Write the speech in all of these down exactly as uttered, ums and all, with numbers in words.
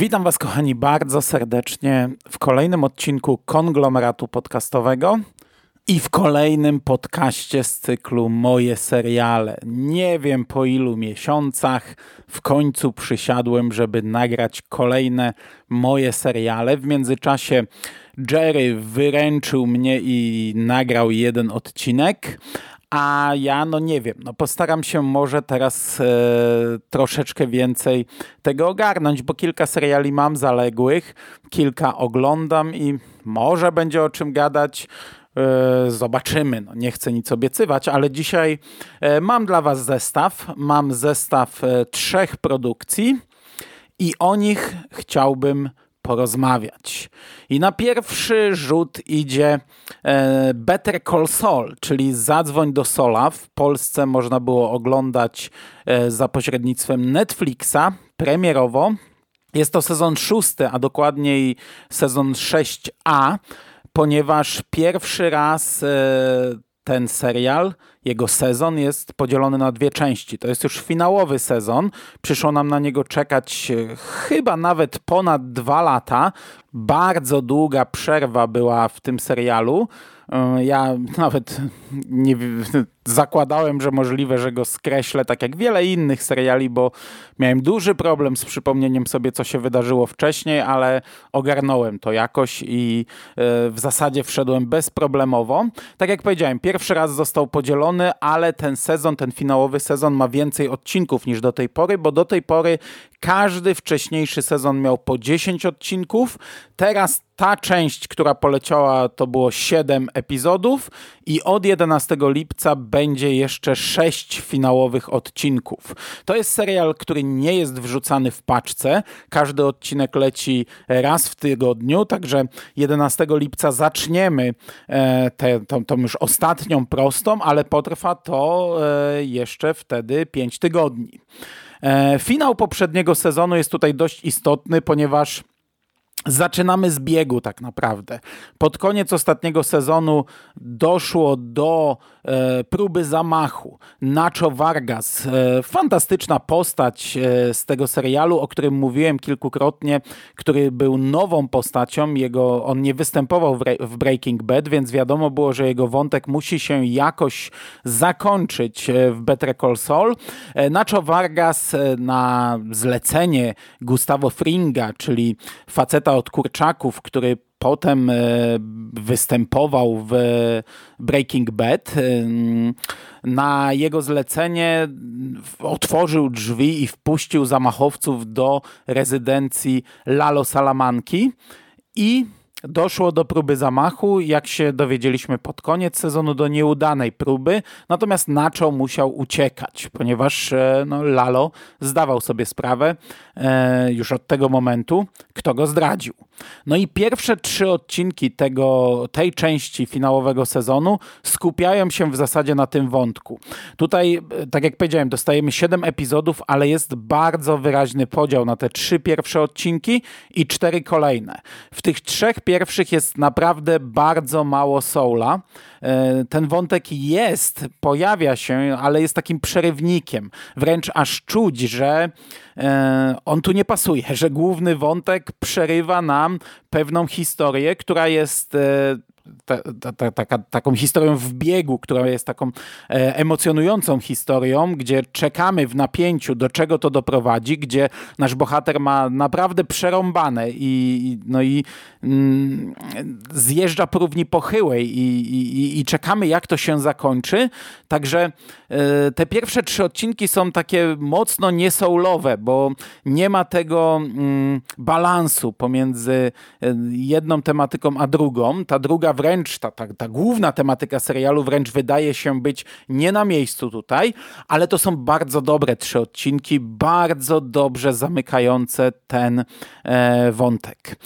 Witam Was, kochani, bardzo serdecznie w kolejnym odcinku Konglomeratu Podcastowego i w kolejnym podcaście z cyklu Moje seriale. Nie wiem po ilu miesiącach w końcu przysiadłem, żeby nagrać kolejne moje seriale. W międzyczasie Jerry wyręczył mnie i nagrał jeden odcinek. A ja, no nie wiem, no postaram się może teraz e, troszeczkę więcej tego ogarnąć, bo kilka seriali mam zaległych, kilka oglądam i może będzie o czym gadać. E, zobaczymy, no nie chcę nic obiecywać, ale dzisiaj e, mam dla Was zestaw. Mam zestaw e, trzech produkcji i o nich chciałbym porozmawiać. I na pierwszy rzut idzie e, Better Call Saul, czyli Zadzwoń do Sola. W Polsce można było oglądać e, za pośrednictwem Netflixa premierowo. Jest to sezon szósty, a dokładniej sezon sześć A, ponieważ pierwszy raz e, ten serial, jego sezon jest podzielony na dwie części. To jest już finałowy sezon. Przyszło nam na niego czekać chyba nawet ponad dwa lata. Bardzo długa przerwa była w tym serialu. Ja nawet nie zakładałem, że możliwe, że go skreślę, tak jak wiele innych seriali, bo miałem duży problem z przypomnieniem sobie, co się wydarzyło wcześniej, ale ogarnąłem to jakoś i w zasadzie wszedłem bezproblemowo. Tak jak powiedziałem, pierwszy raz został podzielony, ale ten sezon, ten finałowy sezon ma więcej odcinków niż do tej pory, bo do tej pory każdy wcześniejszy sezon miał po dziesięć odcinków. Teraz ta część, która poleciała, to było siedem epizodów i od jedenastego lipca będzie jeszcze sześć finałowych odcinków. To jest serial, który nie jest wrzucany w paczce. Każdy odcinek leci raz w tygodniu, także jedenastego lipca zaczniemy e, tę tą, tą już ostatnią prostą, ale potrwa to e, jeszcze wtedy pięć tygodni. E, finał poprzedniego sezonu jest tutaj dość istotny, ponieważ zaczynamy z biegu tak naprawdę. Pod koniec ostatniego sezonu doszło do e, próby zamachu. Nacho Vargas, e, fantastyczna postać e, z tego serialu, o którym mówiłem kilkukrotnie, który był nową postacią. Jego, on nie występował w, w Breaking Bad, więc wiadomo było, że jego wątek musi się jakoś zakończyć w Better Call Saul. E, Nacho Vargas e, na zlecenie Gustavo Fringa, czyli faceta od kurczaków, który potem występował w Breaking Bad. Na jego zlecenie otworzył drzwi i wpuścił zamachowców do rezydencji Lalo Salamanki i doszło do próby zamachu, jak się dowiedzieliśmy pod koniec sezonu, do nieudanej próby, natomiast Nacho musiał uciekać, ponieważ no, Lalo zdawał sobie sprawę e, już od tego momentu, kto go zdradził. No i pierwsze trzy odcinki tego, tej części finałowego sezonu skupiają się w zasadzie na tym wątku. Tutaj, tak jak powiedziałem, dostajemy siedem epizodów, ale jest bardzo wyraźny podział na te trzy pierwsze odcinki i cztery kolejne. W tych trzech pierwszych jest naprawdę bardzo mało Saula. Ten wątek jest, pojawia się, ale jest takim przerywnikiem. Wręcz aż czuć, że on tu nie pasuje, że główny wątek przerywa nam pewną historię, która jest Ta, ta, ta, ta, taką historią w biegu, która jest taką e, emocjonującą historią, gdzie czekamy w napięciu, do czego to doprowadzi, gdzie nasz bohater ma naprawdę przerąbane i, no i mm, zjeżdża po równi pochyłej i, i, i czekamy, jak to się zakończy. Także e, te pierwsze trzy odcinki są takie mocno niesoulowe, bo nie ma tego mm, balansu pomiędzy jedną tematyką a drugą. Ta druga wręcz, ta, ta, ta główna tematyka serialu wręcz wydaje się być nie na miejscu tutaj, ale to są bardzo dobre trzy odcinki, bardzo dobrze zamykające ten e, wątek.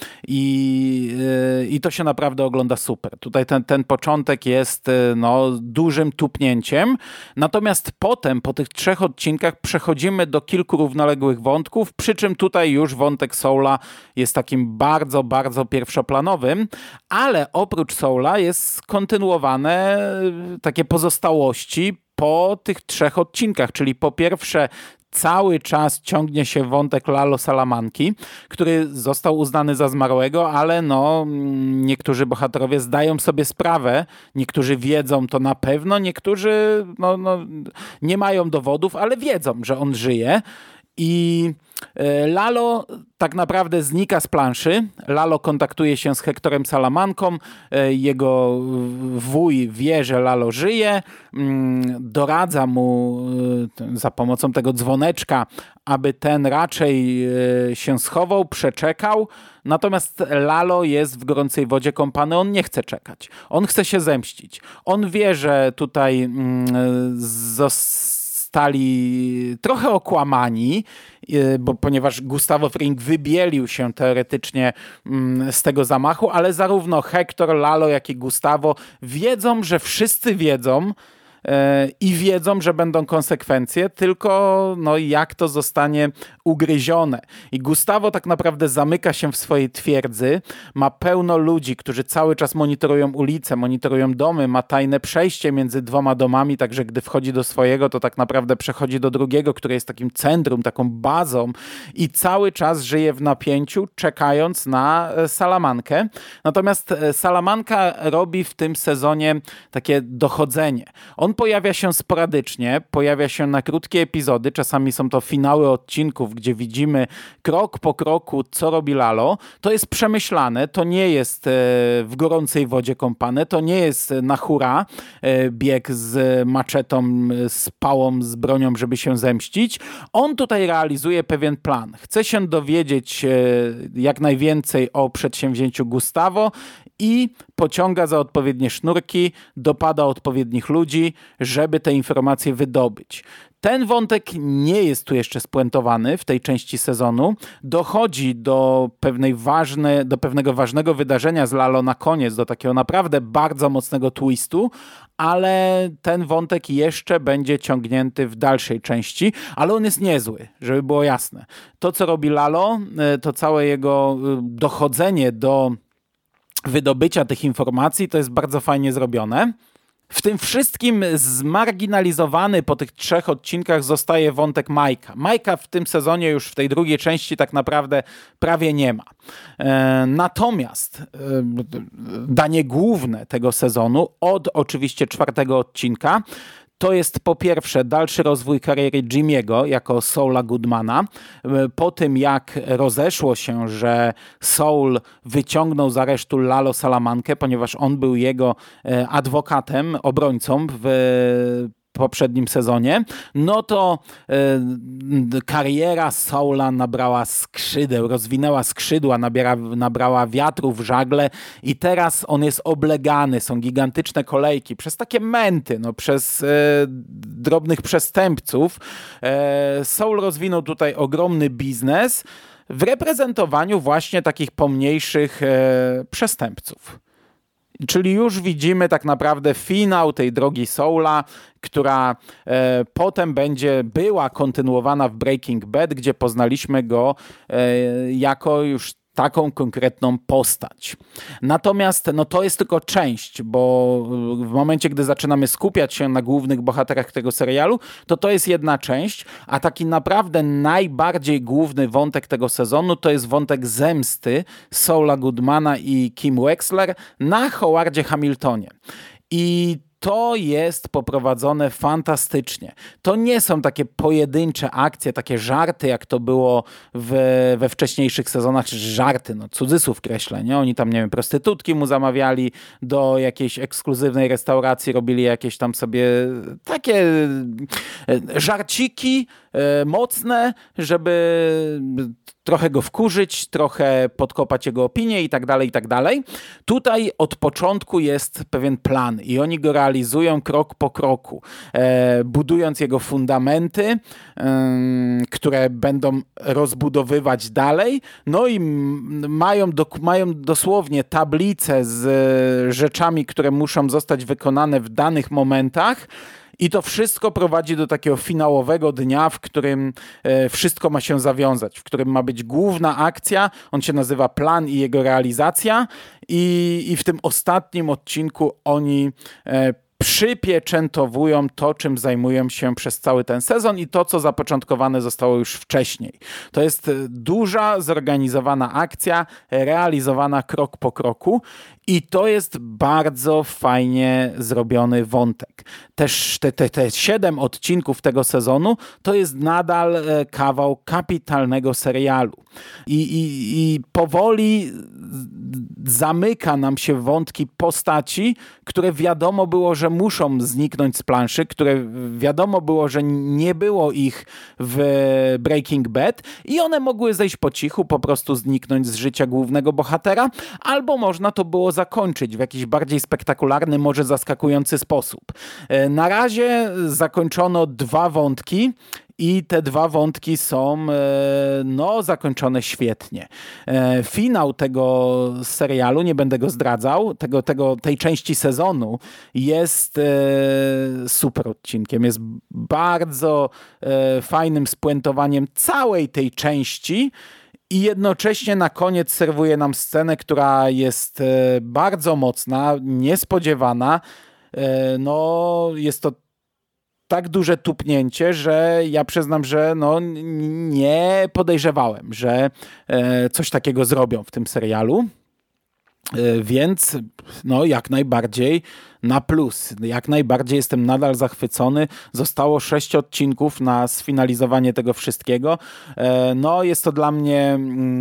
I, e, I to się naprawdę ogląda super. Tutaj ten, ten początek jest e, no, dużym tupnięciem, natomiast potem, po tych trzech odcinkach przechodzimy do kilku równoległych wątków, przy czym tutaj już wątek Saula jest takim bardzo, bardzo pierwszoplanowym, ale oprócz Saula jest kontynuowane takie pozostałości po tych trzech odcinkach, czyli po pierwsze cały czas ciągnie się wątek Lalo Salamanki, który został uznany za zmarłego, ale no niektórzy bohaterowie zdają sobie sprawę, niektórzy wiedzą to na pewno, niektórzy no, no, nie mają dowodów, ale wiedzą, że on żyje. I Lalo tak naprawdę znika z planszy. Lalo kontaktuje się z Hectorem Salamanką. Jego wuj wie, że Lalo żyje. Doradza mu za pomocą tego dzwoneczka, aby ten raczej się schował, przeczekał. Natomiast Lalo jest w gorącej wodzie kąpany. On nie chce czekać. On chce się zemścić. On wie, że tutaj został Stali trochę okłamani, bo ponieważ Gustavo Fring wybielił się teoretycznie z tego zamachu, ale zarówno Hector, Lalo, jak i Gustavo wiedzą, że wszyscy wiedzą i wiedzą, że będą konsekwencje, tylko no, jak to zostanie ugryzione. I Gustavo tak naprawdę zamyka się w swojej twierdzy, ma pełno ludzi, którzy cały czas monitorują ulice, monitorują domy, ma tajne przejście między dwoma domami, także gdy wchodzi do swojego, to tak naprawdę przechodzi do drugiego, które jest takim centrum, taką bazą i cały czas żyje w napięciu, czekając na Salamankę. Natomiast Salamanka robi w tym sezonie takie dochodzenie. On pojawia się sporadycznie, pojawia się na krótkie epizody, czasami są to finały odcinków, gdzie widzimy krok po kroku, co robi Lalo. To jest przemyślane, to nie jest w gorącej wodzie kąpane, to nie jest na hura bieg z maczetą, z pałą, z bronią, żeby się zemścić. On tutaj realizuje pewien plan. Chce się dowiedzieć jak najwięcej o przedsięwzięciu Gustavo i pociąga za odpowiednie sznurki, dopada odpowiednich ludzi, żeby te informacje wydobyć. Ten wątek nie jest tu jeszcze spuentowany w tej części sezonu. Dochodzi do, pewnej ważne, do pewnego ważnego wydarzenia z Lalo na koniec, do takiego naprawdę bardzo mocnego twistu, ale ten wątek jeszcze będzie ciągnięty w dalszej części, ale on jest niezły, żeby było jasne. To, co robi Lalo, to całe jego dochodzenie do wydobycia tych informacji, to jest bardzo fajnie zrobione. W tym wszystkim zmarginalizowany po tych trzech odcinkach zostaje wątek Majka. Majka w tym sezonie już w tej drugiej części tak naprawdę prawie nie ma. E, natomiast e, danie główne tego sezonu od oczywiście czwartego odcinka to jest po pierwsze dalszy rozwój kariery Jimmy'ego jako Saula Goodmana. Po tym jak rozeszło się, że Saul wyciągnął z aresztu Lalo Salamankę, ponieważ on był jego adwokatem, obrońcą w poprzednim sezonie, no to y, kariera Saula nabrała skrzydeł, rozwinęła skrzydła, nabiera, nabrała wiatru w żagle i teraz on jest oblegany, są gigantyczne kolejki przez takie męty, no, przez y, drobnych przestępców. Y, Saul rozwinął tutaj ogromny biznes w reprezentowaniu właśnie takich pomniejszych y, przestępców. Czyli już widzimy tak naprawdę finał tej drogi Saula, która e, potem będzie, była kontynuowana w Breaking Bad, gdzie poznaliśmy go e, jako już taką konkretną postać. Natomiast no, to jest tylko część, bo w momencie, gdy zaczynamy skupiać się na głównych bohaterach tego serialu, to to jest jedna część, a taki naprawdę najbardziej główny wątek tego sezonu to jest wątek zemsty Saula Goodmana i Kim Wexler na Howardzie Hamiltonie. I to jest poprowadzone fantastycznie. To nie są takie pojedyncze akcje, takie żarty, jak to było w, we wcześniejszych sezonach. Żarty, no cudzysłów kreślę, nie? Oni tam, nie wiem, prostytutki mu zamawiali do jakiejś ekskluzywnej restauracji, robili jakieś tam sobie takie żarciki e, mocne, żeby trochę go wkurzyć, trochę podkopać jego opinię i tak dalej, i tak dalej. Tutaj od początku jest pewien plan i oni go realizują krok po kroku, e, budując jego fundamenty, e, które będą rozbudowywać dalej, no i mają, do, mają dosłownie tablicę z e, rzeczami, które muszą zostać wykonane w danych momentach. I to wszystko prowadzi do takiego finałowego dnia, w którym e, wszystko ma się zawiązać, w którym ma być główna akcja, on się nazywa Plan i jego realizacja i, i w tym ostatnim odcinku oni e, przypieczętowują to, czym zajmują się przez cały ten sezon i to, co zapoczątkowane zostało już wcześniej. To jest duża, zorganizowana akcja, realizowana krok po kroku i to jest bardzo fajnie zrobiony wątek. Też te, te, te siedem odcinków tego sezonu to jest nadal kawał kapitalnego serialu. I, i, i powoli zamyka nam się wątki postaci, które wiadomo było, że muszą zniknąć z planszy, które wiadomo było, że nie było ich w Breaking Bad i one mogły zejść po cichu, po prostu zniknąć z życia głównego bohatera, albo można to było zakończyć w jakiś bardziej spektakularny, może zaskakujący sposób. Na razie zakończono dwa wątki i te dwa wątki są no, zakończone świetnie. Finał tego serialu, nie będę go zdradzał, tego, tego, tej części sezonu jest super odcinkiem. Jest bardzo fajnym spuentowaniem całej tej części i jednocześnie na koniec serwuje nam scenę, która jest bardzo mocna, niespodziewana. No, jest to tak duże tupnięcie, że ja przyznam, że no, nie podejrzewałem, że coś takiego zrobią w tym serialu. Więc no, jak najbardziej na plus. Jak najbardziej jestem nadal zachwycony. Zostało sześć odcinków na sfinalizowanie tego wszystkiego. No, jest to dla mnie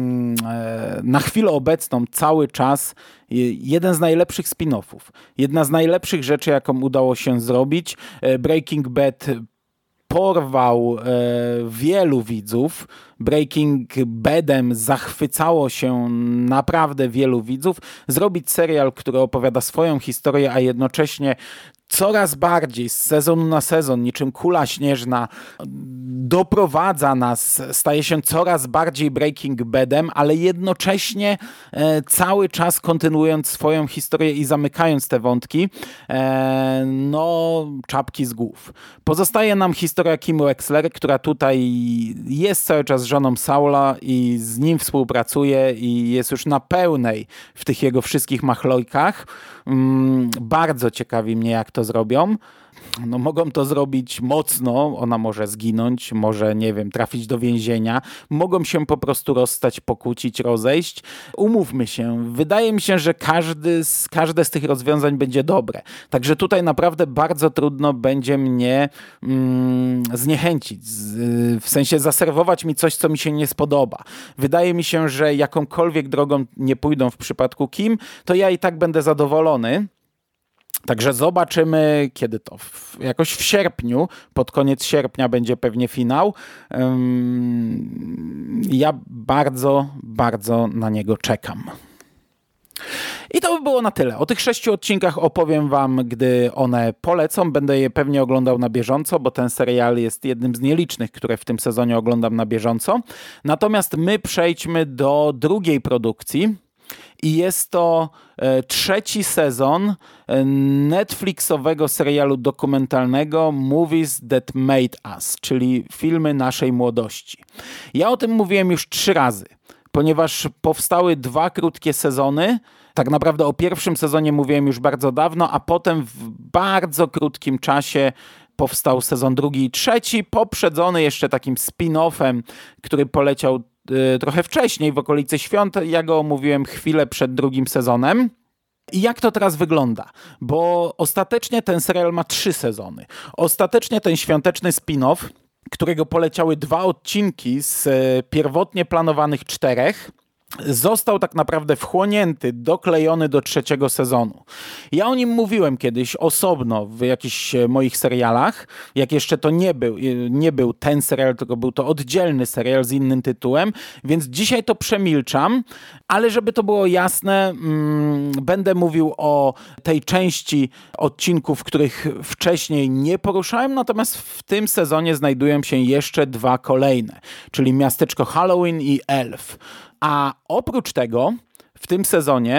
na chwilę obecną cały czas jeden z najlepszych spin-offów. Jedna z najlepszych rzeczy, jaką udało się zrobić. Breaking Bad porwał e, wielu widzów. Breaking Badem zachwycało się naprawdę wielu widzów. Zrobić serial, który opowiada swoją historię, a jednocześnie coraz bardziej z sezonu na sezon, niczym kula śnieżna, doprowadza nas, staje się coraz bardziej Breaking Badem, ale jednocześnie e, cały czas kontynuując swoją historię i zamykając te wątki, e, no czapki z głów. Pozostaje nam historia Kim Wexler, która tutaj jest cały czas żoną Saula i z nim współpracuje i jest już na pełnej w tych jego wszystkich machlojkach. Mm, bardzo ciekawi mnie, jak to zrobią. No, mogą to zrobić mocno, ona może zginąć, może, nie wiem, trafić do więzienia, mogą się po prostu rozstać, pokłócić, rozejść. Umówmy się, wydaje mi się, że każdy z, każde z tych rozwiązań będzie dobre. Także tutaj naprawdę bardzo trudno będzie mnie mm, zniechęcić, z, w sensie zaserwować mi coś, co mi się nie spodoba. Wydaje mi się, że jakąkolwiek drogą nie pójdą w przypadku Kim, to ja i tak będę zadowolony. Także zobaczymy, kiedy to. W, jakoś w sierpniu, pod koniec sierpnia będzie pewnie finał. Um, ja bardzo, bardzo na niego czekam. I to by było na tyle. O tych sześciu odcinkach opowiem wam, gdy one polecą. Będę je pewnie oglądał na bieżąco, bo ten serial jest jednym z nielicznych, które w tym sezonie oglądam na bieżąco. Natomiast my przejdźmy do drugiej produkcji. I jest to e, trzeci sezon e, Netflixowego serialu dokumentalnego Movies That Made Us, czyli filmy naszej młodości. Ja o tym mówiłem już trzy razy, ponieważ powstały dwa krótkie sezony. Tak naprawdę o pierwszym sezonie mówiłem już bardzo dawno, a potem w bardzo krótkim czasie powstał sezon drugi i trzeci, poprzedzony jeszcze takim spin-offem, który poleciał trochę wcześniej, w okolicy świąt. Ja go omówiłem chwilę przed drugim sezonem. I jak to teraz wygląda? Bo ostatecznie ten serial ma trzy sezony. Ostatecznie ten świąteczny spin-off, którego poleciały dwa odcinki z pierwotnie planowanych czterech, został tak naprawdę wchłonięty, doklejony do trzeciego sezonu. Ja o nim mówiłem kiedyś osobno w jakichś moich serialach, jak jeszcze to nie był, nie był ten serial, tylko był to oddzielny serial z innym tytułem, więc dzisiaj to przemilczam, ale żeby to było jasne, mm, będę mówił o tej części odcinków, których wcześniej nie poruszałem, natomiast w tym sezonie znajdują się jeszcze dwa kolejne, czyli Miasteczko Halloween i Elf. A oprócz tego w tym sezonie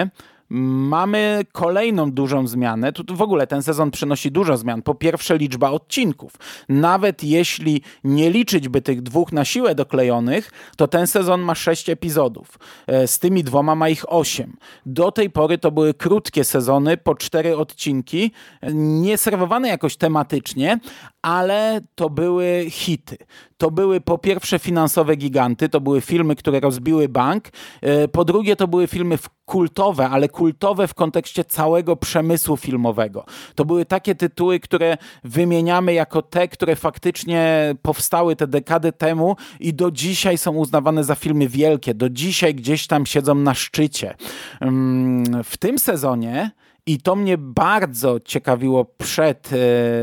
mamy kolejną dużą zmianę. Tu w ogóle ten sezon przynosi dużo zmian. Po pierwsze liczba odcinków. Nawet jeśli nie liczyć by tych dwóch na siłę doklejonych, to ten sezon ma sześć epizodów. Z tymi dwoma ma ich osiem. Do tej pory to były krótkie sezony, po cztery odcinki, nie serwowane jakoś tematycznie, ale to były hity. To były po pierwsze finansowe giganty, to były filmy, które rozbiły bank. Po drugie to były filmy kultowe, ale kultowe w kontekście całego przemysłu filmowego. To były takie tytuły, które wymieniamy jako te, które faktycznie powstały te dekady temu i do dzisiaj są uznawane za filmy wielkie. Do dzisiaj gdzieś tam siedzą na szczycie. W tym sezonie i to mnie bardzo ciekawiło przed e,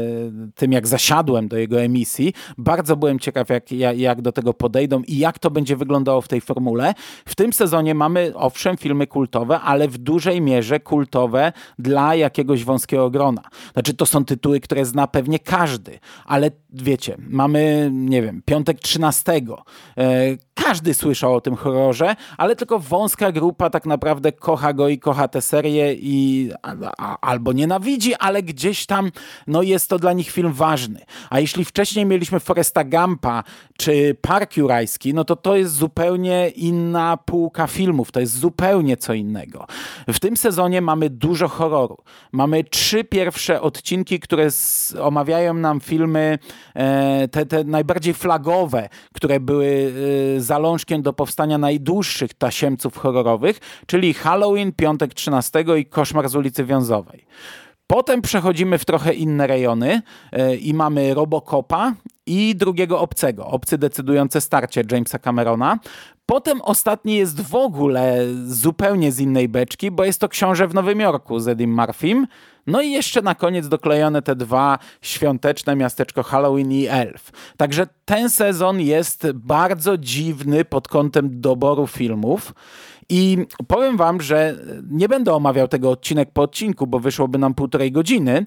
tym, jak zasiadłem do jego emisji. Bardzo byłem ciekaw, jak, jak do tego podejdą i jak to będzie wyglądało w tej formule. W tym sezonie mamy, owszem, filmy kultowe, ale w dużej mierze kultowe dla jakiegoś wąskiego grona. Znaczy, to są tytuły, które zna pewnie każdy, ale wiecie, mamy, nie wiem, Piątek trzynastego. E, każdy słyszał o tym horrorze, ale tylko wąska grupa tak naprawdę kocha go i kocha tę serię i albo nienawidzi, ale gdzieś tam no jest to dla nich film ważny. A jeśli wcześniej mieliśmy Foresta Gumpa czy Park Jurajski, no to to jest zupełnie inna półka filmów. To jest zupełnie co innego. W tym sezonie mamy dużo horroru. Mamy trzy pierwsze odcinki, które z, omawiają nam filmy e, te, te najbardziej flagowe, które były e, zalążkiem do powstania najdłuższych tasiemców horrorowych, czyli Halloween, Piątek trzynastego i Koszmar z ulicy Wiązowej. Potem przechodzimy w trochę inne rejony yy, i mamy Robocopa i drugiego Obcego. Obcy decydujące starcie Jamesa Camerona. Potem ostatni jest w ogóle zupełnie z innej beczki, bo jest to Książę w Nowym Jorku z Eddiem Murphym. No i jeszcze na koniec doklejone te dwa świąteczne miasteczko Halloween i Elf. Także ten sezon jest bardzo dziwny pod kątem doboru filmów. I powiem wam, że nie będę omawiał tego odcinek po odcinku, bo wyszłoby nam półtorej godziny.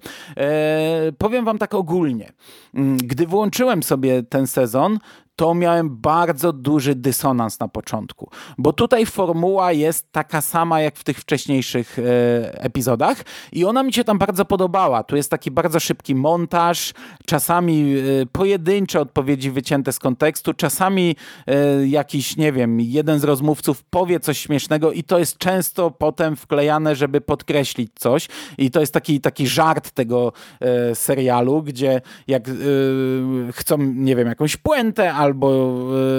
Eee, powiem wam tak ogólnie. Gdy włączyłem sobie ten sezon, to miałem bardzo duży dysonans na początku, bo tutaj formuła jest taka sama jak w tych wcześniejszych e, epizodach i ona mi się tam bardzo podobała. Tu jest taki bardzo szybki montaż, czasami e, pojedyncze odpowiedzi wycięte z kontekstu, czasami e, jakiś, nie wiem, jeden z rozmówców powie coś śmiesznego i to jest często potem wklejane, żeby podkreślić coś i to jest taki, taki żart tego e, serialu, gdzie jak e, chcą, nie wiem, jakąś puentę albo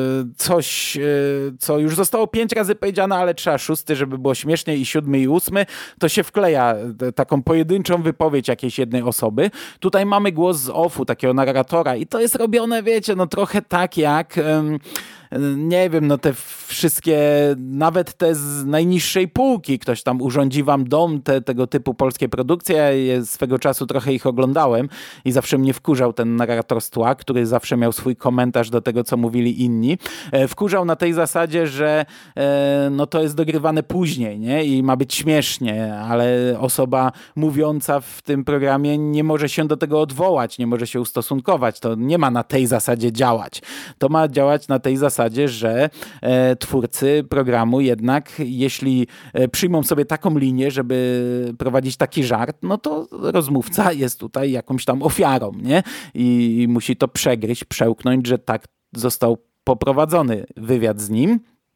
coś, co już zostało pięć razy powiedziane, ale trzeba szósty, żeby było śmiesznie i siódmy i ósmy, to się wkleja taką pojedynczą wypowiedź jakiejś jednej osoby. Tutaj mamy głos z offu, takiego narratora i to jest robione, wiecie, no trochę tak jak... Um, nie wiem, no te wszystkie, nawet te z najniższej półki, ktoś tam urządzi wam dom, te, tego typu polskie produkcje, ja swego czasu trochę ich oglądałem i zawsze mnie wkurzał ten narrator z tła, który zawsze miał swój komentarz do tego, co mówili inni. Wkurzał na tej zasadzie, że no to jest dogrywane później, nie? I ma być śmiesznie, ale osoba mówiąca w tym programie nie może się do tego odwołać, nie może się ustosunkować. To nie ma na tej zasadzie działać. To ma działać na tej zasadzie, że e, twórcy programu jednak, jeśli e, przyjmą sobie taką linię, żeby prowadzić taki żart, no to rozmówca jest tutaj jakąś tam ofiarą, nie? I, i musi to przegryźć, przełknąć, że tak został poprowadzony wywiad z nim.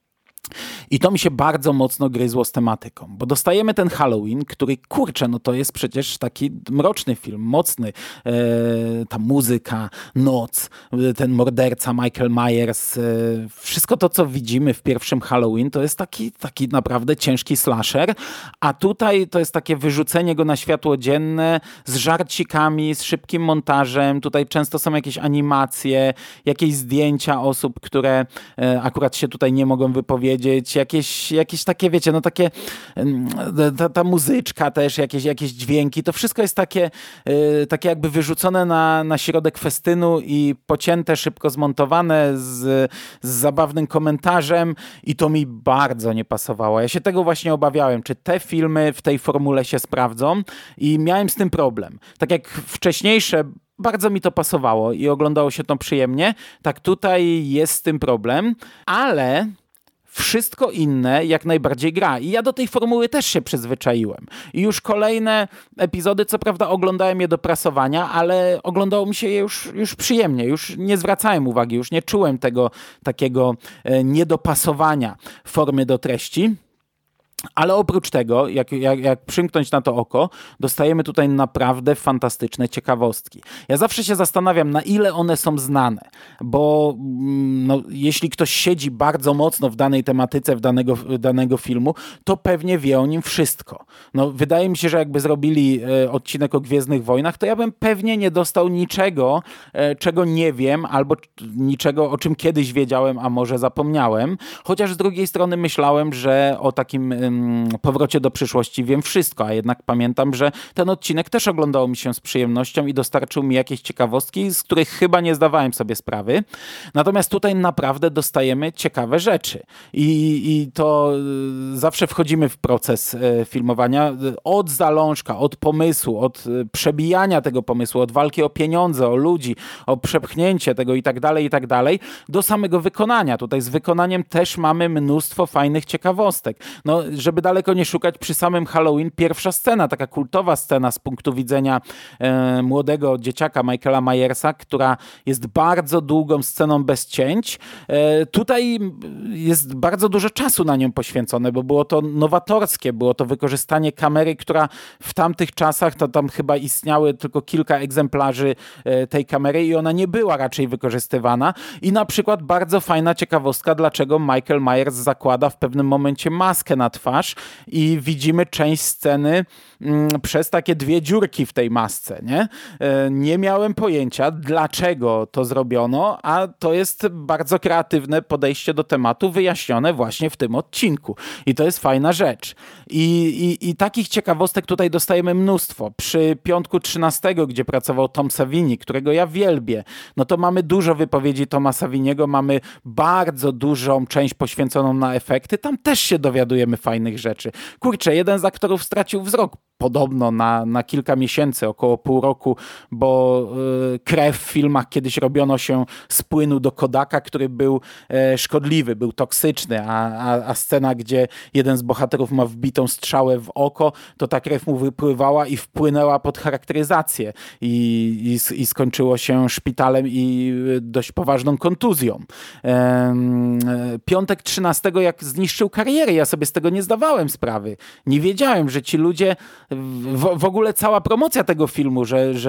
I to mi się bardzo mocno gryzło z tematyką, bo dostajemy ten Halloween, który, kurczę, no to jest przecież taki mroczny film, mocny. E, ta muzyka, noc, ten morderca Michael Myers, e, wszystko to, co widzimy w pierwszym Halloween, to jest taki, taki naprawdę ciężki slasher, a tutaj to jest takie wyrzucenie go na światło dzienne z żarcikami, z szybkim montażem. Tutaj często są jakieś animacje, jakieś zdjęcia osób, które e, akurat się tutaj nie mogą wypowiedzieć, jakieś, jakieś takie, wiecie, no takie ta, ta muzyczka też, jakieś, jakieś dźwięki, to wszystko jest takie, yy, takie jakby wyrzucone na, na środek festynu i pocięte, szybko zmontowane z, z zabawnym komentarzem i to mi bardzo nie pasowało. Ja się tego właśnie obawiałem, czy te filmy w tej formule się sprawdzą i miałem z tym problem. Tak jak wcześniejsze bardzo mi to pasowało i oglądało się to przyjemnie, tak tutaj jest z tym problem, ale Wszystko inne jak najbardziej gra. I ja do tej formuły też się przyzwyczaiłem. I już kolejne epizody, co prawda oglądałem je do prasowania, ale oglądało mi się je już, już przyjemnie. Już nie zwracałem uwagi, już nie czułem tego takiego e, niedopasowania formy do treści. Ale oprócz tego, jak, jak, jak przymknąć na to oko, dostajemy tutaj naprawdę fantastyczne ciekawostki. Ja zawsze się zastanawiam, na ile one są znane, bo no, jeśli ktoś siedzi bardzo mocno w danej tematyce, w danego, danego filmu, to pewnie wie o nim wszystko. No, wydaje mi się, że jakby zrobili e, odcinek o Gwiezdnych Wojnach, to ja bym pewnie nie dostał niczego, e, czego nie wiem, albo niczego, o czym kiedyś wiedziałem, a może zapomniałem. Chociaż z drugiej strony myślałem, że o takim Powrocie do przyszłości wiem wszystko, a jednak pamiętam, że ten odcinek też oglądało mi się z przyjemnością i dostarczył mi jakieś ciekawostki, z których chyba nie zdawałem sobie sprawy. Natomiast tutaj naprawdę dostajemy ciekawe rzeczy i, i to zawsze wchodzimy w proces filmowania od zalążka, od pomysłu, od przebijania tego pomysłu, od walki o pieniądze, o ludzi, o przepchnięcie tego i tak dalej, i tak dalej, do samego wykonania. Tutaj z wykonaniem też mamy mnóstwo fajnych ciekawostek. No, żeby daleko nie szukać, przy samym Halloween pierwsza scena, taka kultowa scena z punktu widzenia e, młodego dzieciaka Michaela Myersa, która jest bardzo długą sceną bez cięć. E, tutaj jest bardzo dużo czasu na nią poświęcone, bo było to nowatorskie, było to wykorzystanie kamery, która w tamtych czasach, to tam chyba istniały tylko kilka egzemplarzy e, tej kamery i ona nie była raczej wykorzystywana. I na przykład bardzo fajna ciekawostka, dlaczego Michael Myers zakłada w pewnym momencie maskę na twarz i widzimy część sceny mm, przez takie dwie dziurki w tej masce, nie? E, nie miałem pojęcia, dlaczego to zrobiono, a to jest bardzo kreatywne podejście do tematu, wyjaśnione właśnie w tym odcinku. I to jest fajna rzecz. I, i, i takich ciekawostek tutaj dostajemy mnóstwo. Przy Piątku trzynastego, gdzie pracował Tom Savini, którego ja wielbię, no to mamy dużo wypowiedzi Toma Saviniego, mamy bardzo dużą część poświęconą na efekty. Tam też się dowiadujemy fajnych rzeczy. Kurczę, jeden z aktorów stracił wzrok podobno na, na kilka miesięcy, około pół roku, bo y, krew w filmach kiedyś robiono się z płynu do Kodaka, który był e, szkodliwy, był toksyczny, a, a, a scena, gdzie jeden z bohaterów ma wbitą strzałę w oko, to ta krew mu wypływała i wpłynęła pod charakteryzację i, i, i skończyło się szpitalem i dość poważną kontuzją. E, Piątek trzynastego jak zniszczył karierę, ja sobie z tego nie zdawałem sprawy. Nie wiedziałem, że ci ludzie W, w ogóle cała promocja tego filmu, że, że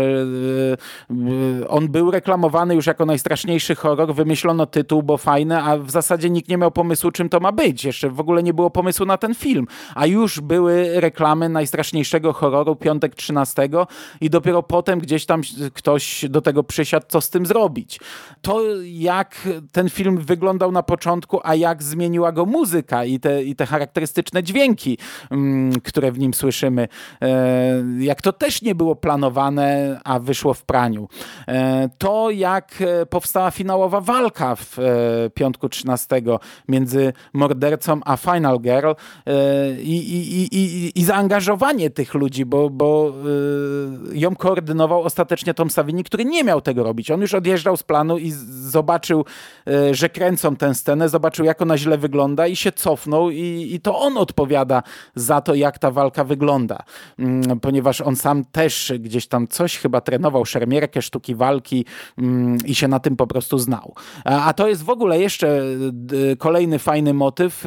yy, on był reklamowany już jako najstraszniejszy horror, wymyślono tytuł, bo fajny, a w zasadzie nikt nie miał pomysłu, czym to ma być. Jeszcze w ogóle nie było pomysłu na ten film, a już były reklamy najstraszniejszego horroru Piątek trzynastego i dopiero potem gdzieś tam ktoś do tego przysiadł, co z tym zrobić. To jak ten film wyglądał na początku, a jak zmieniła go muzyka i te, i te charakterystyczne dźwięki, yy, które w nim słyszymy, jak to też nie było planowane, a wyszło w praniu. To jak powstała finałowa walka w Piątku trzynastego między mordercą a Final Girl i, i, i, i zaangażowanie tych ludzi, bo, bo ją koordynował ostatecznie Tom Savini, który nie miał tego robić. On już odjeżdżał z planu i zobaczył, że kręcą tę scenę, zobaczył, jak ona źle wygląda i się cofnął i, i to on odpowiada za to, jak ta walka wygląda. Ponieważ on sam też gdzieś tam coś chyba trenował, szermierkę, sztuki walki i się na tym po prostu znał. A to jest w ogóle jeszcze kolejny fajny motyw,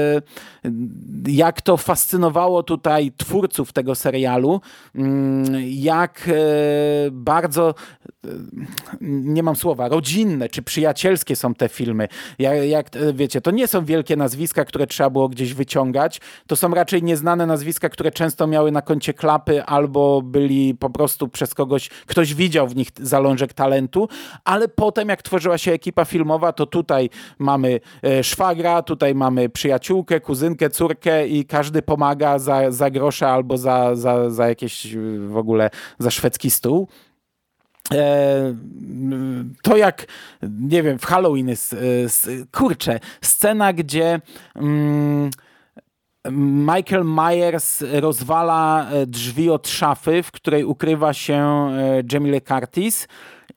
jak to fascynowało tutaj twórców tego serialu, jak bardzo, nie mam słowa, rodzinne czy przyjacielskie są te filmy. Jak, jak wiecie, to nie są wielkie nazwiska, które trzeba było gdzieś wyciągać, to są raczej nieznane nazwiska, które często miały na koncie klapy albo byli po prostu przez kogoś, ktoś widział w nich zalążek talentu, ale potem jak tworzyła się ekipa filmowa, to tutaj mamy szwagra, tutaj mamy przyjaciółkę, kuzynkę, córkę i każdy pomaga za, za grosze albo za, za, za jakieś w ogóle za szwedzki stół. To jak, nie wiem, w Halloween jest, kurczę, scena, gdzie mm, Michael Myers rozwala drzwi od szafy, w której ukrywa się Jamie Lee Curtis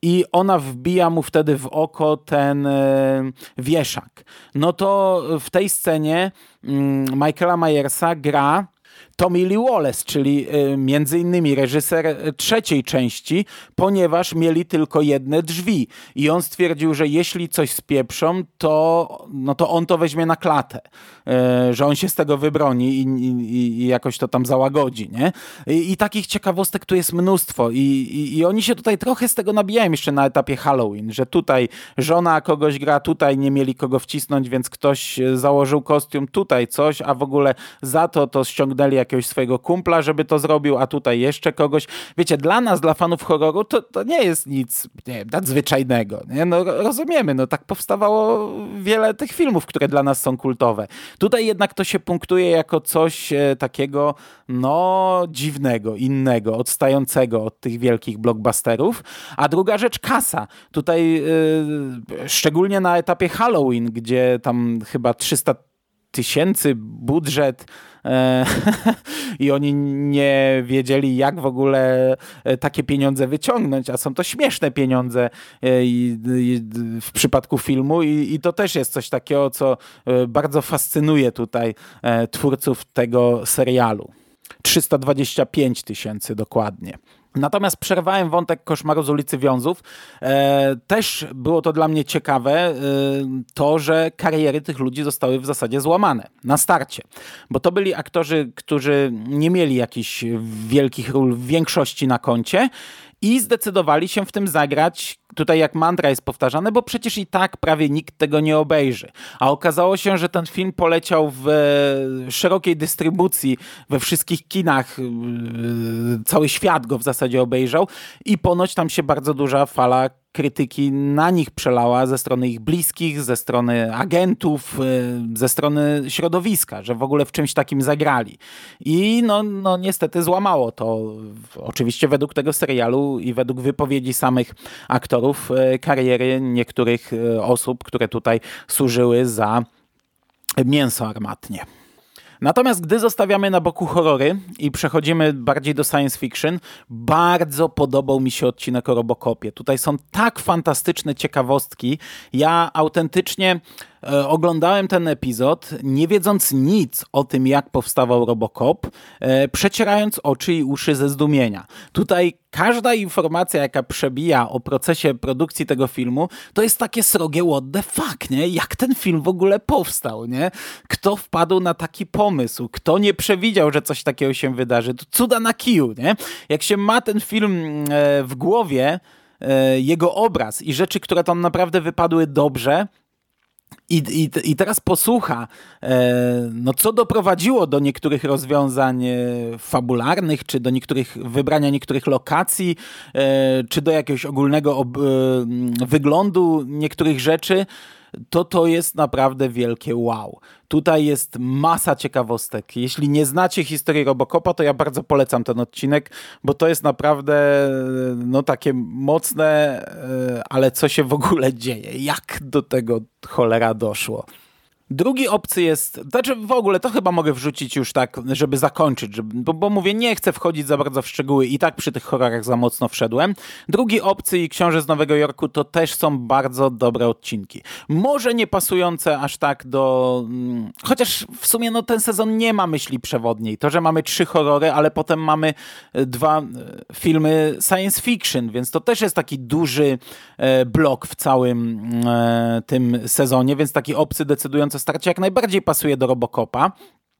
i ona wbija mu wtedy w oko ten e, wieszak. No to w tej scenie mm, Michaela Myersa gra Tommy Lee Wallace, czyli y, między innymi reżyser trzeciej części, ponieważ mieli tylko jedne drzwi i on stwierdził, że jeśli coś spieprzą, to, no to on to weźmie na klatę, y, że on się z tego wybroni i, i, i jakoś to tam załagodzi, nie? I, i takich ciekawostek tu jest mnóstwo I, i, i oni się tutaj trochę z tego nabijają jeszcze na etapie Halloween, że tutaj żona kogoś gra, tutaj nie mieli kogo wcisnąć, więc ktoś założył kostium, tutaj coś, a w ogóle za to to ściągnęli jakiegoś swojego kumpla, żeby to zrobił, a tutaj jeszcze kogoś. Wiecie, dla nas, dla fanów horroru, to, to nie jest nic, nie wiem, nadzwyczajnego. Nie? No, rozumiemy, no tak powstawało wiele tych filmów, które dla nas są kultowe. Tutaj jednak to się punktuje jako coś e, takiego, no, dziwnego, innego, odstającego od tych wielkich blockbusterów. A druga rzecz, kasa. Tutaj e, szczególnie na etapie Halloween, gdzie tam chyba trzysta tysięcy budżet e, i oni nie wiedzieli, jak w ogóle takie pieniądze wyciągnąć, a są to śmieszne pieniądze e, i, i, w przypadku filmu i, i to też jest coś takiego, co e, bardzo fascynuje tutaj e, twórców tego serialu. trzysta dwadzieścia pięć tysięcy dokładnie. Natomiast przerwałem wątek Koszmaru z ulicy Wiązów. E, też było to dla mnie ciekawe, e, to, że kariery tych ludzi zostały w zasadzie złamane na starcie. Bo to byli aktorzy, którzy nie mieli jakichś wielkich ról w większości na koncie i zdecydowali się w tym zagrać. Tutaj jak mantra jest powtarzane, bo przecież i tak prawie nikt tego nie obejrzy. A okazało się, że ten film poleciał w szerokiej dystrybucji we wszystkich kinach. Cały świat go w zasadzie obejrzał i ponoć tam się bardzo duża fala krytyki na nich przelała ze strony ich bliskich, ze strony agentów, ze strony środowiska, że w ogóle w czymś takim zagrali. I no, no niestety złamało to, oczywiście według tego serialu i według wypowiedzi samych aktorów, kariery niektórych osób, które tutaj służyły za mięso armatnie. Natomiast gdy zostawiamy na boku horrory i przechodzimy bardziej do science fiction, bardzo podobał mi się odcinek o Robocopie. Tutaj są tak fantastyczne ciekawostki. Ja autentycznie e, oglądałem ten epizod, nie wiedząc nic o tym, jak powstawał Robocop, e, przecierając oczy i uszy ze zdumienia. Tutaj każda informacja, jaka przebija o procesie produkcji tego filmu, to jest takie srogie what the fuck, nie? Jak ten film w ogóle powstał, nie? Kto wpadł na taki pomysł? Kto nie przewidział, że coś takiego się wydarzy? To cuda na kiju, nie? Jak się ma ten film e, w głowie, e, jego obraz i rzeczy, które tam naprawdę wypadły dobrze, I, i, I teraz posłucha, e, no co doprowadziło do niektórych rozwiązań e, fabularnych, czy do niektórych wybrania niektórych lokacji, e, czy do jakiegoś ogólnego ob, e, wyglądu niektórych rzeczy, to to jest naprawdę wielkie wow. Tutaj jest masa ciekawostek. Jeśli nie znacie historii Robocopa, to ja bardzo polecam ten odcinek, bo to jest naprawdę no takie mocne, ale co się w ogóle dzieje? Jak do tego cholera doszło? Drugi obcy jest, znaczy w ogóle to chyba mogę wrzucić już tak, żeby zakończyć, żeby, bo, bo mówię, nie chcę wchodzić za bardzo w szczegóły i tak przy tych horrorach za mocno wszedłem. Drugi obcy i Książę z Nowego Jorku to też są bardzo dobre odcinki. Może nie pasujące aż tak do... Chociaż w sumie no, ten sezon nie ma myśli przewodniej. To, że mamy trzy horrory, ale potem mamy dwa filmy science fiction, więc to też jest taki duży e, blok w całym e, tym sezonie, więc taki obcy decydujący starcie jak najbardziej pasuje do Robocopa.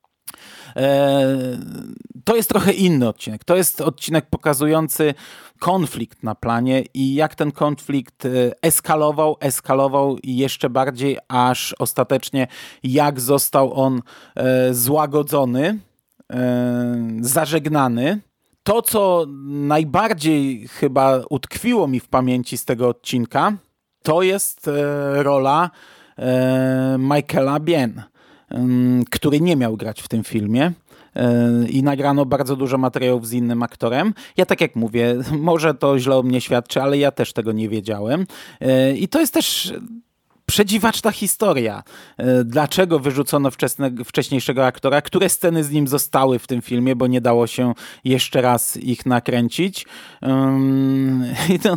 To jest trochę inny odcinek. To jest odcinek pokazujący konflikt na planie i jak ten konflikt eskalował, eskalował i jeszcze bardziej, aż ostatecznie jak został on złagodzony, zażegnany. To, co najbardziej chyba utkwiło mi w pamięci z tego odcinka, to jest rola Michaela Biehn, który nie miał grać w tym filmie i nagrano bardzo dużo materiałów z innym aktorem. Ja tak jak mówię, może to źle o mnie świadczy, ale ja też tego nie wiedziałem. I to jest też przedziwaczna historia. Dlaczego wyrzucono wczesne, wcześniejszego aktora? Które sceny z nim zostały w tym filmie, bo nie dało się jeszcze raz ich nakręcić. Um, to,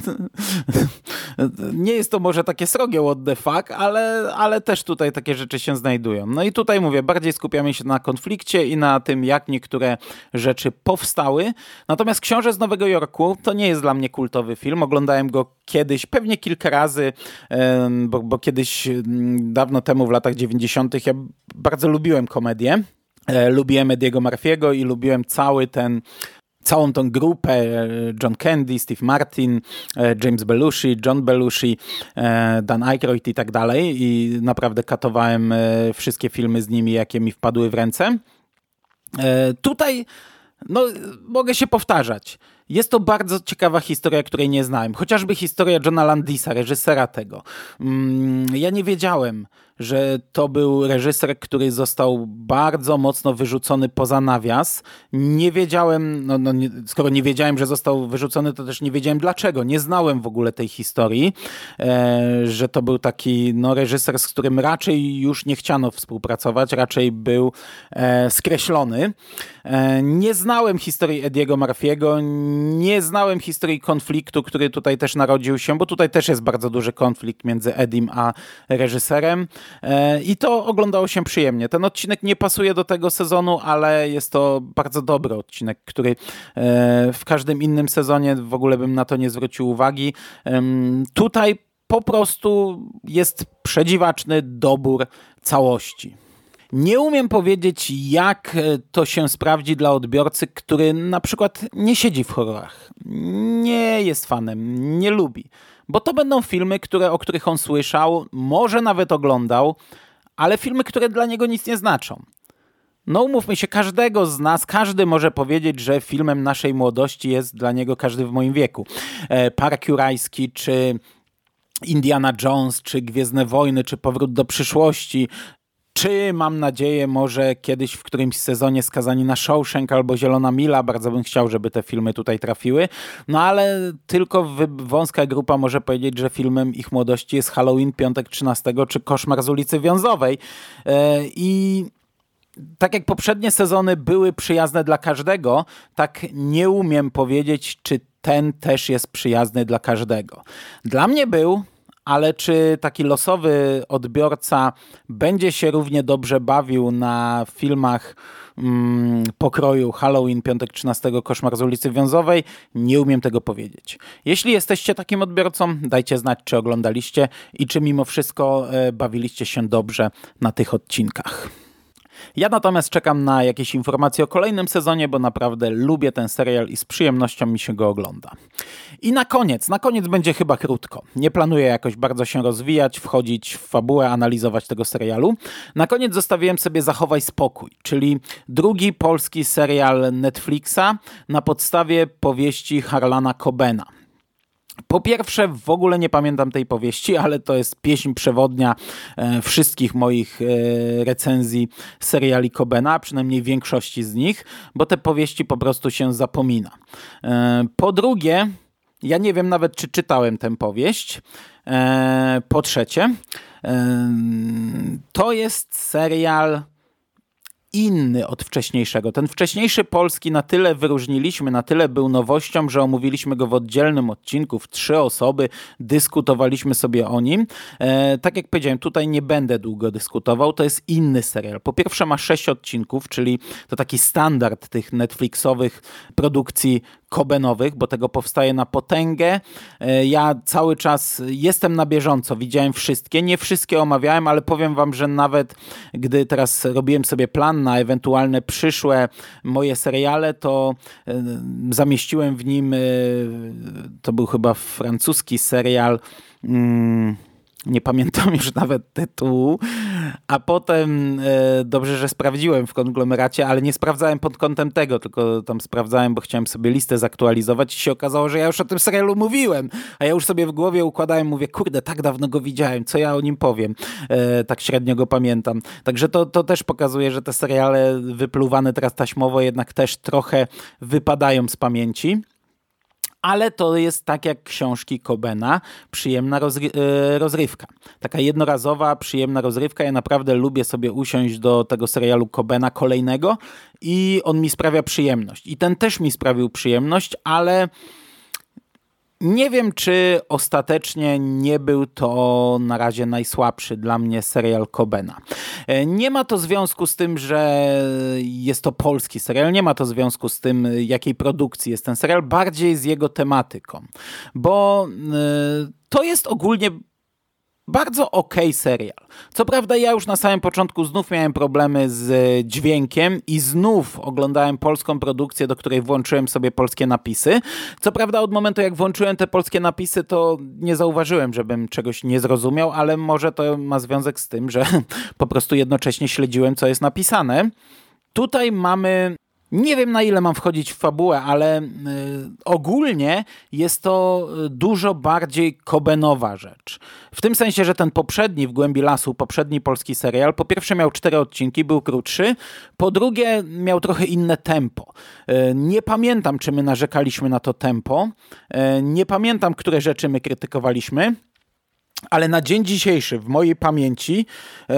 nie jest to może takie srogie what the fuck, ale, ale też tutaj takie rzeczy się znajdują. No i tutaj mówię, bardziej skupiamy się na konflikcie i na tym, jak niektóre rzeczy powstały. Natomiast Książę z Nowego Jorku to nie jest dla mnie kultowy film. Oglądałem go kiedyś, pewnie kilka razy, bo, bo kiedyś dawno temu w latach dziewięćdziesiątych ja bardzo lubiłem komedię. Lubiłem Ediego Murphy'ego i lubiłem cały ten całą tą grupę, John Candy, Steve Martin, James Belushi, John Belushi, Dan Aykroyd i tak dalej. I naprawdę katowałem wszystkie filmy z nimi, jakie mi wpadły w ręce. Tutaj no, mogę się powtarzać. Jest to bardzo ciekawa historia, której nie znałem. Chociażby historia Johna Landisa, reżysera tego. Ja nie wiedziałem, że to był reżyser, który został bardzo mocno wyrzucony poza nawias. Nie wiedziałem, no, no nie, skoro nie wiedziałem, że został wyrzucony, to też nie wiedziałem dlaczego. Nie znałem w ogóle tej historii, e, że to był taki no, reżyser, z którym raczej już nie chciano współpracować, raczej był e, skreślony. E, nie znałem historii Ediego Murphy'ego, nie znałem historii konfliktu, który tutaj też narodził się, bo tutaj też jest bardzo duży konflikt między Edim a reżyserem. I to oglądało się przyjemnie. Ten odcinek nie pasuje do tego sezonu, ale jest to bardzo dobry odcinek, który w każdym innym sezonie w ogóle bym na to nie zwrócił uwagi. Tutaj po prostu jest przedziwaczny dobór całości. Nie umiem powiedzieć, jak to się sprawdzi dla odbiorcy, który na przykład nie siedzi w horrorach, nie jest fanem, nie lubi. Bo to będą filmy, które, o których on słyszał, może nawet oglądał, ale filmy, które dla niego nic nie znaczą. No umówmy się, każdego z nas, każdy może powiedzieć, że filmem naszej młodości jest dla niego Każdy w moim wieku. Park Jurajski, czy Indiana Jones, czy Gwiezdne Wojny, czy Powrót do przyszłości, czy mam nadzieję może kiedyś w którymś sezonie Skazani na Shawshank albo Zielona Mila. Bardzo bym chciał, żeby te filmy tutaj trafiły. No ale tylko wąska grupa może powiedzieć, że filmem ich młodości jest Halloween, Piątek trzynastego czy Koszmar z ulicy Wiązowej. I tak jak poprzednie sezony były przyjazne dla każdego, tak nie umiem powiedzieć, czy ten też jest przyjazny dla każdego. Dla mnie był... Ale czy taki losowy odbiorca będzie się równie dobrze bawił na filmach mm, pokroju Halloween, Piątek trzynastego, Koszmar z ulicy Wiązowej? Nie umiem tego powiedzieć. Jeśli jesteście takim odbiorcą, dajcie znać, czy oglądaliście i czy mimo wszystko e, bawiliście się dobrze na tych odcinkach. Ja natomiast czekam na jakieś informacje o kolejnym sezonie, bo naprawdę lubię ten serial i z przyjemnością mi się go ogląda. I na koniec, na koniec będzie chyba krótko. Nie planuję jakoś bardzo się rozwijać, wchodzić w fabułę, analizować tego serialu. Na koniec zostawiłem sobie Zachowaj spokój, czyli drugi polski serial Netflixa na podstawie powieści Harlana Cobena. Po pierwsze, w ogóle nie pamiętam tej powieści, ale to jest pieśń przewodnia e, wszystkich moich e, recenzji seriali Cobena, przynajmniej większości z nich, bo te powieści po prostu się zapomina. E, po drugie, ja nie wiem nawet, czy czytałem tę powieść. E, po trzecie, e, to jest serial inny od wcześniejszego. Ten wcześniejszy polski na tyle wyróżniliśmy, na tyle był nowością, że omówiliśmy go w oddzielnym odcinku, w trzy osoby, dyskutowaliśmy sobie o nim. E, tak jak powiedziałem, tutaj nie będę długo dyskutował, to jest inny serial. Po pierwsze ma sześć odcinków, czyli to taki standard tych Netflixowych produkcji Cobenowych, bo tego powstaje na potęgę. Ja cały czas jestem na bieżąco, widziałem wszystkie, nie wszystkie omawiałem, ale powiem wam, że nawet gdy teraz robiłem sobie plan na ewentualne przyszłe moje seriale, to zamieściłem w nim, to był chyba francuski serial, hmm, nie pamiętam już nawet tytułu, a potem e, dobrze, że sprawdziłem w konglomeracie, ale nie sprawdzałem pod kątem tego, tylko tam sprawdzałem, bo chciałem sobie listę zaktualizować i się okazało, że ja już o tym serialu mówiłem, a ja już sobie w głowie układałem, mówię, kurde, tak dawno go widziałem, co ja o nim powiem, e, tak średnio go pamiętam. Także to, to też pokazuje, że te seriale wypluwane teraz taśmowo jednak też trochę wypadają z pamięci. Ale to jest tak jak książki Cobena, przyjemna rozry- rozrywka. Taka jednorazowa, przyjemna rozrywka. Ja naprawdę lubię sobie usiąść do tego serialu Cobena kolejnego i on mi sprawia przyjemność. I ten też mi sprawił przyjemność, ale nie wiem, czy ostatecznie nie był to na razie najsłabszy dla mnie serial Cobena. Nie ma to związku z tym, że jest to polski serial, nie ma to związku z tym, jakiej produkcji jest ten serial, bardziej z jego tematyką, bo to jest ogólnie bardzo okej serial. Co prawda ja już na samym początku znów miałem problemy z dźwiękiem i znów oglądałem polską produkcję, do której włączyłem sobie polskie napisy. Co prawda od momentu jak włączyłem te polskie napisy, to nie zauważyłem, żebym czegoś nie zrozumiał, ale może to ma związek z tym, że po prostu jednocześnie śledziłem, co jest napisane. Tutaj mamy... Nie wiem, na ile mam wchodzić w fabułę, ale y, ogólnie jest to dużo bardziej Cobenowa rzecz. W tym sensie, że ten poprzedni, W głębi lasu, poprzedni polski serial, po pierwsze miał cztery odcinki, był krótszy, po drugie miał trochę inne tempo. Y, nie pamiętam, czy my narzekaliśmy na to tempo, y, nie pamiętam, które rzeczy my krytykowaliśmy, ale na dzień dzisiejszy, w mojej pamięci,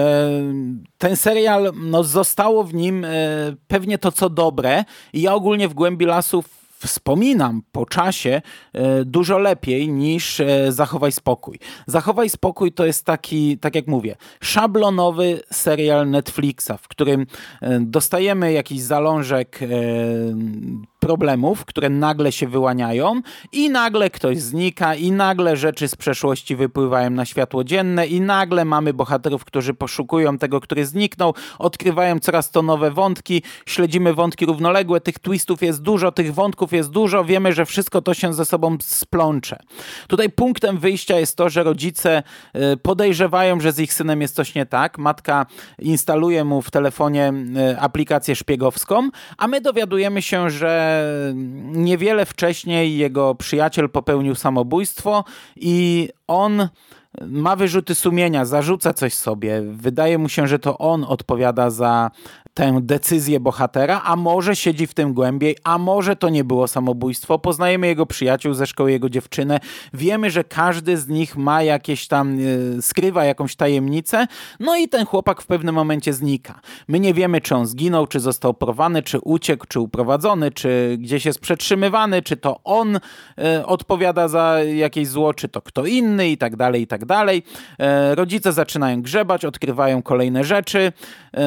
ten serial, no, zostało w nim pewnie to, co dobre. I ja ogólnie W głębi lasu wspominam po czasie dużo lepiej niż Zachowaj spokój. Zachowaj spokój to jest taki, tak jak mówię, szablonowy serial Netflixa, w którym dostajemy jakiś zalążek problemów, które nagle się wyłaniają i nagle ktoś znika i nagle rzeczy z przeszłości wypływają na światło dzienne i nagle mamy bohaterów, którzy poszukują tego, który zniknął, odkrywają coraz to nowe wątki, śledzimy wątki równoległe, tych twistów jest dużo, tych wątków jest dużo, wiemy, że wszystko to się ze sobą splącze. Tutaj punktem wyjścia jest to, że rodzice podejrzewają, że z ich synem jest coś nie tak, matka instaluje mu w telefonie aplikację szpiegowską, a my dowiadujemy się, że niewiele wcześniej jego przyjaciel popełnił samobójstwo i on ma wyrzuty sumienia, zarzuca coś sobie. Wydaje mu się, że to on odpowiada za tę decyzję bohatera, a może siedzi w tym głębiej, a może to nie było samobójstwo. Poznajemy jego przyjaciół ze szkoły, jego dziewczynę. Wiemy, że każdy z nich ma jakieś tam, yy, skrywa jakąś tajemnicę. No i ten chłopak w pewnym momencie znika. My nie wiemy, czy on zginął, czy został porwany, czy uciekł, czy uprowadzony, czy gdzieś jest przetrzymywany, czy to on yy, odpowiada za jakieś zło, czy to kto inny i tak dalej, i tak dalej. Yy, rodzice zaczynają grzebać, odkrywają kolejne rzeczy. Yy,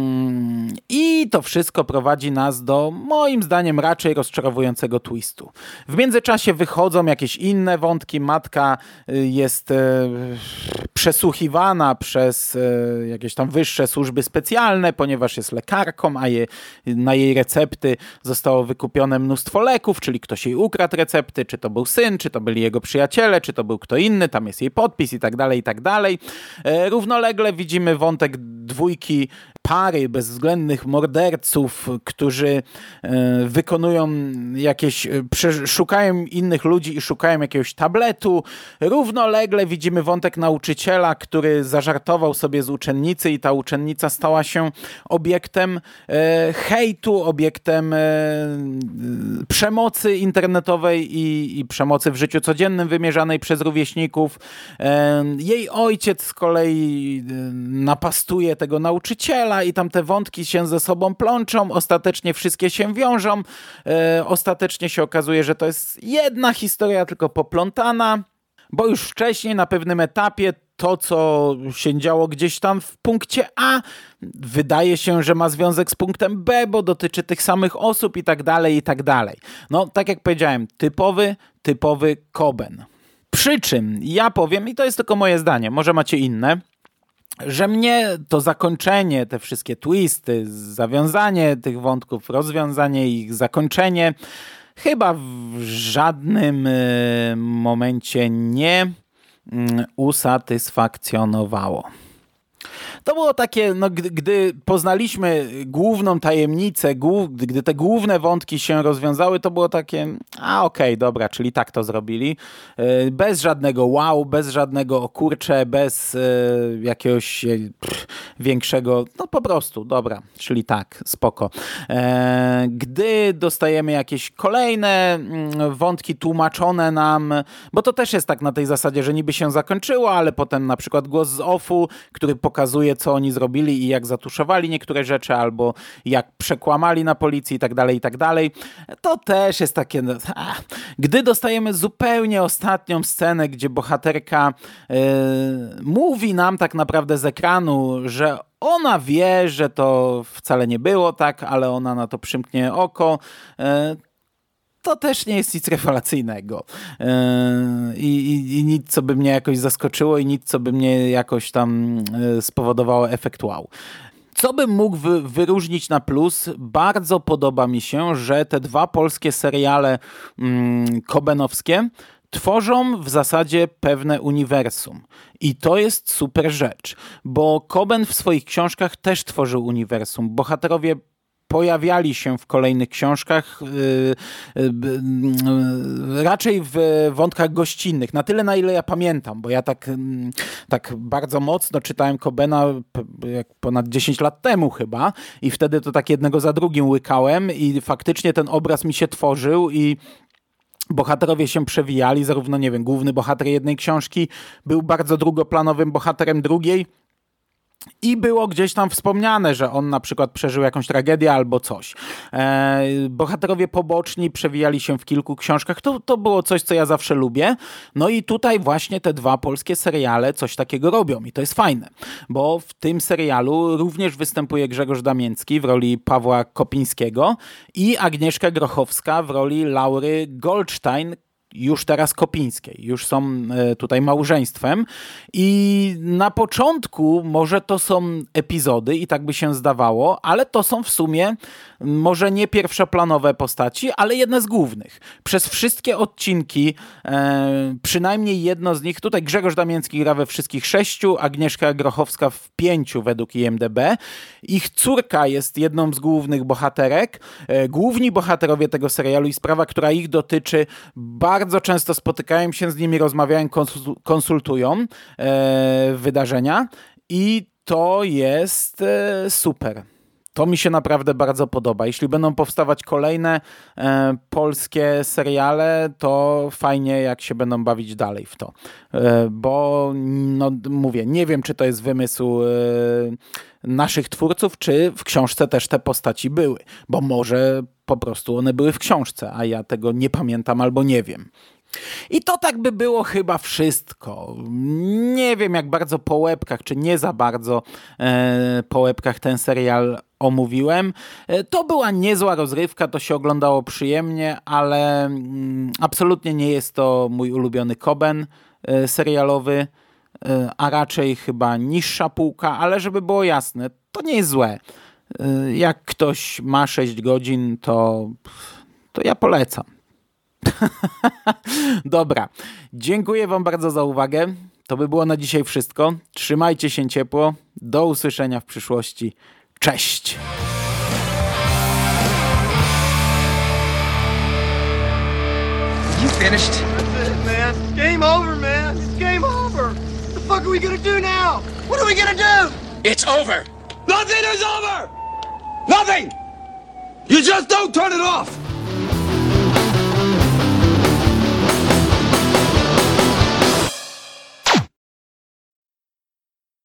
I to wszystko prowadzi nas do, moim zdaniem, raczej rozczarowującego twistu. W międzyczasie wychodzą jakieś inne wątki. Matka jest e, przesłuchiwana przez e, jakieś tam wyższe służby specjalne, ponieważ jest lekarką, a je, na jej recepty zostało wykupione mnóstwo leków, czyli ktoś jej ukradł recepty, czy to był syn, czy to byli jego przyjaciele, czy to był kto inny, tam jest jej podpis i tak dalej, i tak dalej. E, równolegle widzimy wątek dwójki pary bezwzględnych morderców, którzy e, wykonują jakieś, e, szukają innych ludzi i szukają jakiegoś tabletu. Równolegle widzimy wątek nauczyciela, który zażartował sobie z uczennicy i ta uczennica stała się obiektem e, hejtu, obiektem e, przemocy internetowej i, i przemocy w życiu codziennym wymierzanej przez rówieśników. E, jej ojciec z kolei napastuje tego nauczyciela i tam te wątki się ze sobą plączą, ostatecznie wszystkie się wiążą, e, ostatecznie się okazuje, że to jest jedna historia, tylko poplątana, bo już wcześniej na pewnym etapie to, co się działo gdzieś tam w punkcie A, wydaje się, że ma związek z punktem B, bo dotyczy tych samych osób i tak dalej, i tak dalej. No, tak jak powiedziałem, typowy, typowy Coben. Przy czym ja powiem, i to jest tylko moje zdanie, może macie inne, że mnie to zakończenie, te wszystkie twisty, zawiązanie tych wątków, rozwiązanie ich, zakończenie chyba w żadnym momencie nie usatysfakcjonowało. To było takie, no gdy, gdy poznaliśmy główną tajemnicę, głów, gdy te główne wątki się rozwiązały, to było takie, a okej, okay, dobra, czyli tak to zrobili. Bez żadnego wow, bez żadnego o kurcze, bez y, jakiegoś y, pff, większego, no po prostu, dobra, czyli tak, spoko. E, gdy dostajemy jakieś kolejne y, wątki tłumaczone nam, bo to też jest tak na tej zasadzie, że niby się zakończyło, ale potem na przykład głos z offu, który pokazuje, co oni zrobili i jak zatuszowali niektóre rzeczy, albo jak przekłamali na policji i tak dalej, i tak dalej. To też jest takie... No, a, gdy dostajemy zupełnie ostatnią scenę, gdzie bohaterka yy, mówi nam tak naprawdę z ekranu, że ona wie, że to wcale nie było tak, ale ona na to przymknie oko, yy, to też nie jest nic rewelacyjnego. Yy, i, i nic, co by mnie jakoś zaskoczyło i nic, co by mnie jakoś tam yy, spowodowało efekt wow. Co bym mógł wy, wyróżnić na plus? Bardzo podoba mi się, że te dwa polskie seriale mm, kobenowskie tworzą w zasadzie pewne uniwersum. I to jest super rzecz, bo Koben w swoich książkach też tworzył uniwersum. Bohaterowie pojawiali się w kolejnych książkach, yy, yy, raczej w wątkach gościnnych, na tyle, na ile ja pamiętam, bo ja tak, yy, tak bardzo mocno czytałem Kobena jak ponad dziesięć lat temu chyba i wtedy to tak jednego za drugim łykałem i faktycznie ten obraz mi się tworzył i bohaterowie się przewijali, zarówno, nie wiem, główny bohater jednej książki był bardzo drugoplanowym bohaterem drugiej, i było gdzieś tam wspomniane, że on na przykład przeżył jakąś tragedię albo coś. E, bohaterowie poboczni przewijali się w kilku książkach. To, to było coś, co ja zawsze lubię. No i tutaj właśnie te dwa polskie seriale coś takiego robią. I to jest fajne, bo w tym serialu również występuje Grzegorz Damięcki w roli Pawła Kopińskiego i Agnieszka Grochowska w roli Laury Goldstein, już teraz Kopińskiej, już są tutaj małżeństwem i na początku może to są epizody i tak by się zdawało, ale to są w sumie może nie pierwszoplanowe postaci, ale jedne z głównych. Przez wszystkie odcinki, e, przynajmniej jedno z nich, tutaj Grzegorz Damięcki gra we wszystkich sześciu, Agnieszka Grochowska w pięciu według I M D B. Ich córka jest jedną z głównych bohaterek. E, główni bohaterowie tego serialu i sprawa, która ich dotyczy, bardzo Bardzo często spotykają się z nimi, rozmawiają, konsultują e, wydarzenia i to jest e, super. To mi się naprawdę bardzo podoba. Jeśli będą powstawać kolejne e, polskie seriale, to fajnie, jak się będą bawić dalej w to. E, bo, no mówię, nie wiem, czy to jest wymysł e, naszych twórców, czy w książce też te postaci były. Bo może po prostu one były w książce, a ja tego nie pamiętam albo nie wiem. I to tak by było chyba wszystko. Nie wiem, jak bardzo po łebkach, czy nie za bardzo e, po łebkach ten serial omówiłem. E, to była niezła rozrywka, to się oglądało przyjemnie, ale mm, absolutnie nie jest to mój ulubiony Koben e, serialowy, e, a raczej chyba niższa półka, ale żeby było jasne, to nie jest złe. E, jak ktoś ma sześć godzin, to, to ja polecam. Dobra, dziękuję wam bardzo za uwagę. To by było na dzisiaj wszystko. Trzymajcie się ciepło. Do usłyszenia w przyszłości. Cześć! You finished? That's it, man. Game over, man. It's game over. What the fuck are we gonna do now? What are we gonna do? It's over. Nothing is over! Nothing! You just don't turn it off!